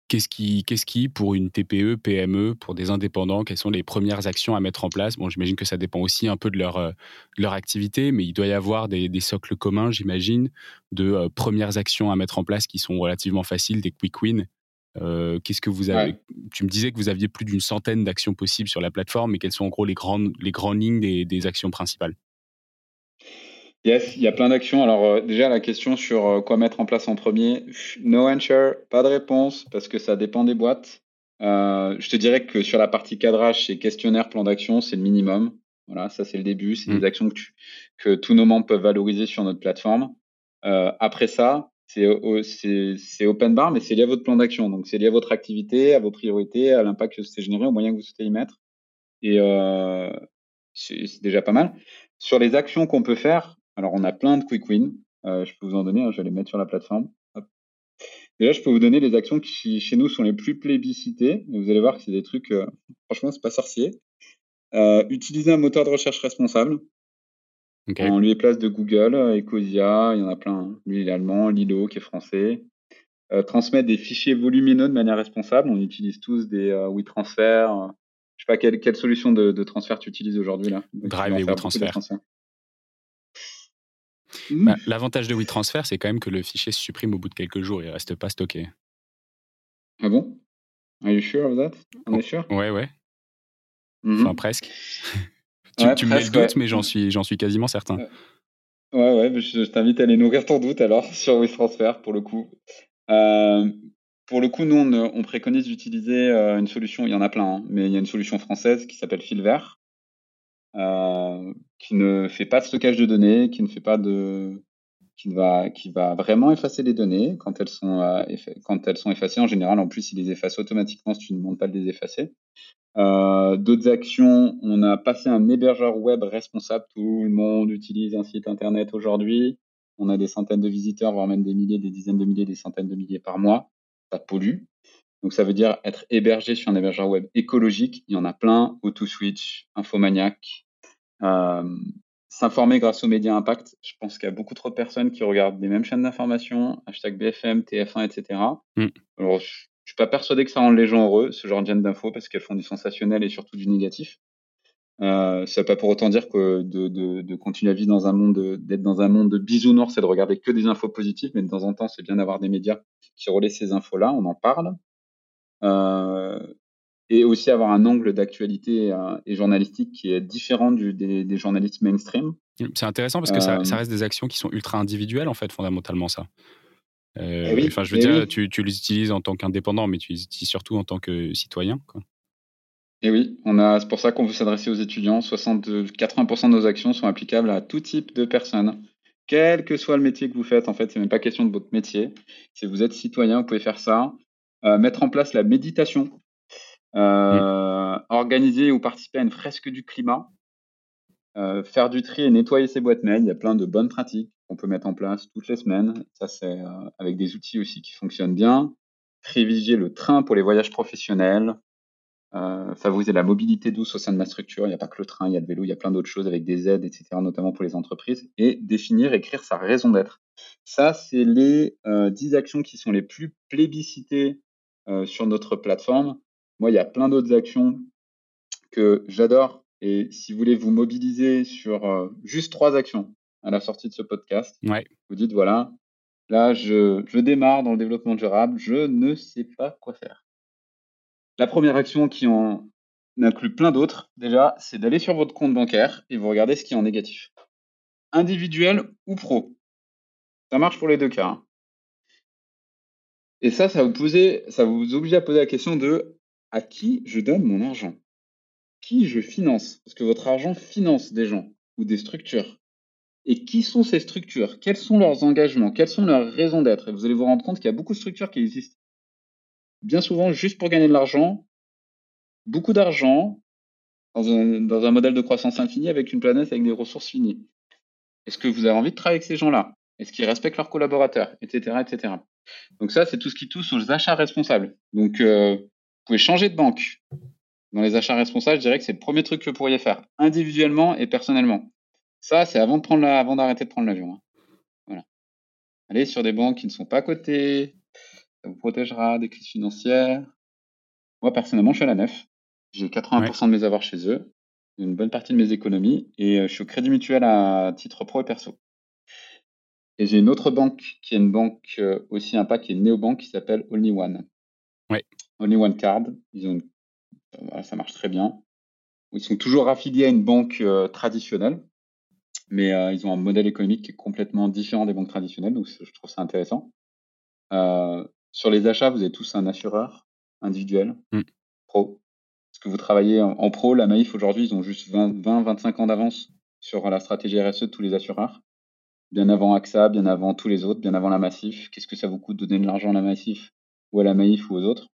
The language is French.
Qu'est-ce qui, pour une TPE, PME, pour des indépendants, quelles sont les premières actions à mettre en place? Bon, j'imagine que ça dépend aussi un peu de leur activité, mais il doit y avoir des socles communs, j'imagine, de premières actions à mettre en place qui sont relativement faciles, des quick wins. Qu'est-ce que vous avez? Ouais. Tu me disais que vous aviez plus d'une centaine d'actions possibles sur la plateforme, mais quelles sont en gros les grandes lignes des actions principales? Yes, il y a plein d'actions. Alors déjà, la question sur quoi mettre en place en premier, no answer, pas de réponse, parce que ça dépend des boîtes. Je te dirais que sur la partie cadrage, c'est questionnaire, plan d'action, c'est le minimum. Voilà, ça c'est le début. C'est des actions que tous nos membres peuvent valoriser sur notre plateforme. Après ça, c'est open bar, mais c'est lié à votre plan d'action. Donc c'est lié à votre activité, à vos priorités, à l'impact que c'est généré, au moyen que vous souhaitez y mettre. Et c'est déjà pas mal. Sur les actions qu'on peut faire, alors on a plein de quick wins. Je peux vous en donner, hein, je vais les mettre sur la plateforme. Hop. Déjà, je peux vous donner les actions qui, chez nous, sont les plus plébiscitées. Et vous allez voir que c'est des trucs, franchement, c'est pas sorcier. Utiliser un moteur de recherche responsable Ok. en lieu et place de Google, Ecosia, il y en a plein. Hein. Lui, il est allemand, Lilo, qui est français. Transmettre des fichiers volumineux de manière responsable. On utilise tous des WeTransfer. Je sais pas quelle solution de transfert tu utilises aujourd'hui là. Donc, tu dois Drive en et faire beaucoup des WeTransfer. transferts. L'avantage de WeTransfer, c'est quand même que le fichier se supprime au bout de quelques jours, il reste pas stocké. Ah bon? Are you sure of that? On Oh, est sûr? ouais, ouais, enfin Mhm. presque. Tu, Ouais, tu me mets le presque, doute, ouais. mais j'en suis quasiment certain. Ouais, mais je t'invite à aller nourrir ton doute alors sur WeTransfer pour le coup. Euh, pour le coup, nous, on préconise d'utiliser une solution, il y en a plein, hein, mais il y a une solution française qui s'appelle Filver, qui ne fait pas de stockage de données, qui va vraiment effacer les données quand elles sont effacées. En général, en plus, il les efface automatiquement si tu ne demandes pas de les effacer. D'autres actions, on a passé un hébergeur web responsable. Tout le monde utilise un site internet aujourd'hui. On a des centaines de visiteurs, voire même des milliers, des dizaines de milliers, des centaines de milliers par mois. Ça pollue. Donc ça veut dire être hébergé sur un hébergeur web écologique. Il y en a plein. Autoswitch, Infomaniac. Euh, S'informer grâce aux médias impact. Je pense qu'il y a beaucoup trop de personnes qui regardent les mêmes chaînes d'information, hashtag BFM, TF1, etc. Alors, je suis pas persuadé que ça rende les gens heureux, ce genre d'infos, parce qu'elles font du sensationnel et surtout du négatif. Ça va pas pour autant dire que de continuer à vivre dans un monde, d'être dans un monde de bisounours, c'est de regarder que des infos positives, mais de temps en temps, c'est bien d'avoir des médias qui relaient ces infos-là, on en parle. Euh, et aussi avoir un angle d'actualité et journalistique qui est différent des journalistes mainstream. C'est intéressant parce que ça reste des actions qui sont ultra individuelles, en fait, fondamentalement, ça. Eh oui, Enfin, je veux eh dire, oui, tu les utilises en tant qu'indépendant, mais tu les utilises surtout en tant que citoyen, quoi. eh oui. C'est pour ça qu'on veut s'adresser aux étudiants. 80% de nos actions sont applicables à tout type de personnes. Quel que soit le métier que vous faites, en fait, c'est même pas question de votre métier. Si vous êtes citoyen, vous pouvez faire ça. Mettre en place la méditation. Organiser ou participer à une fresque du climat. Faire du tri et nettoyer ses boîtes mail. Il y a plein de bonnes pratiques qu'on peut mettre en place toutes les semaines. Ça, c'est avec des outils aussi qui fonctionnent bien. Privilégier le train pour les voyages professionnels. Favoriser la mobilité douce au sein de ma structure. Il n'y a pas que le train, il y a le vélo, il y a plein d'autres choses avec des aides, etc., notamment pour les entreprises. Et définir, écrire sa raison d'être. Ça, c'est les 10 actions qui sont les plus plébiscitées sur notre plateforme. Moi, il y a plein d'autres actions que j'adore. Et si vous voulez vous mobiliser sur juste 3 actions à la sortie de ce podcast, Ouais. vous dites, voilà, là, je démarre dans le développement durable, je ne sais pas quoi faire. La première action qui en inclut plein d'autres, déjà, c'est d'aller sur votre compte bancaire et vous regardez ce qui est en négatif. Individuel ou pro. Ça marche pour les deux cas. Hein. Et ça vous oblige à poser la question de à qui je donne mon argent? Qui je finance? Parce que votre argent finance des gens ou des structures. Et qui sont ces structures? Quels sont leurs engagements? Quelles sont leurs raisons d'être? Et vous allez vous rendre compte qu'il y a beaucoup de structures qui existent bien souvent juste pour gagner de l'argent, beaucoup d'argent, dans un modèle de croissance infinie avec une planète avec des ressources finies. Est-ce que vous avez envie de travailler avec ces gens-là? Est-ce qu'ils respectent leurs collaborateurs? Etc., etc. Donc ça, c'est tout ce qui touche aux achats responsables. Donc, vous pouvez changer de banque. Dans les achats responsables, je dirais que c'est le premier truc que vous pourriez faire, individuellement et personnellement. Ça, c'est avant d'arrêter de prendre l'avion. Hein. Voilà. Allez sur des banques qui ne sont pas cotées, Ça vous protégera des crises financières. Moi, personnellement, je suis à la Nef. J'ai 80% de mes avoirs chez eux, une bonne partie de mes économies, et je suis au Crédit Mutuel à titre pro et perso. Et j'ai une autre banque qui est une banque aussi sympa, qui est une néobanque, qui s'appelle Only One. Ouais. Only One Card. Voilà, ça marche très bien. Ils sont toujours affiliés à une banque traditionnelle, mais ils ont un modèle économique qui est complètement différent des banques traditionnelles, donc je trouve ça intéressant. Sur les achats, vous avez tous un assureur individuel, Mm. pro. Parce que vous travaillez en pro, la Maïf aujourd'hui, ils ont juste 20-25 ans d'avance sur la stratégie RSE de tous les assureurs. Bien avant AXA, bien avant tous les autres, bien avant la Massif. Qu'est-ce que ça vous coûte de donner de l'argent à la Massif ou à la Maïf ou aux autres?